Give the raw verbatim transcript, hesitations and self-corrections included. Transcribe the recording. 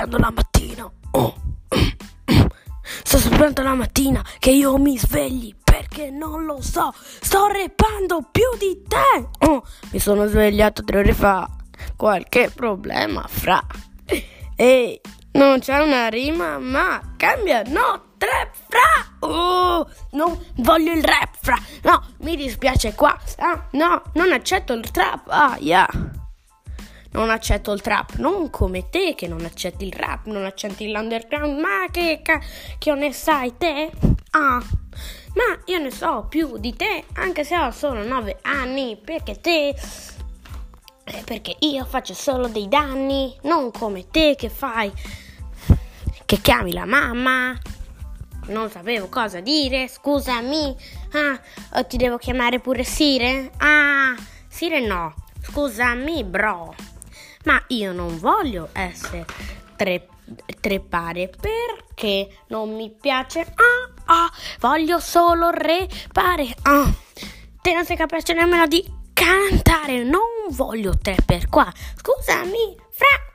aspettando la mattina. Oh. Sto aspettando la mattina che io mi svegli, perché non lo so, sto rappando più di te. Oh, mi sono svegliato tre ore fa. Qualche problema fra. Ehi, non c'è una rima, ma cambia, no, trap fra. Oh, non voglio il rap fra. No, mi dispiace qua. Ah, no, non accetto il trap. Ah, yeah. Non accetto il trap, non come te che non accetti il rap, non accetti l'underground, ma che cacchio ne sai te? Ah, ma io ne so più di te, anche se ho solo nove anni, perché te, eh, perché io faccio solo dei danni, non come te che fai, che chiami la mamma, non sapevo cosa dire, scusami, ah, o ti devo chiamare pure Sire? Ah, Sire no, scusami bro. Ma io non voglio essere tre, trepare perché non mi piace. Ah, ah, voglio solo repare. Ah, te non sei capace nemmeno di cantare. Non voglio trapper qua. Scusami, fra.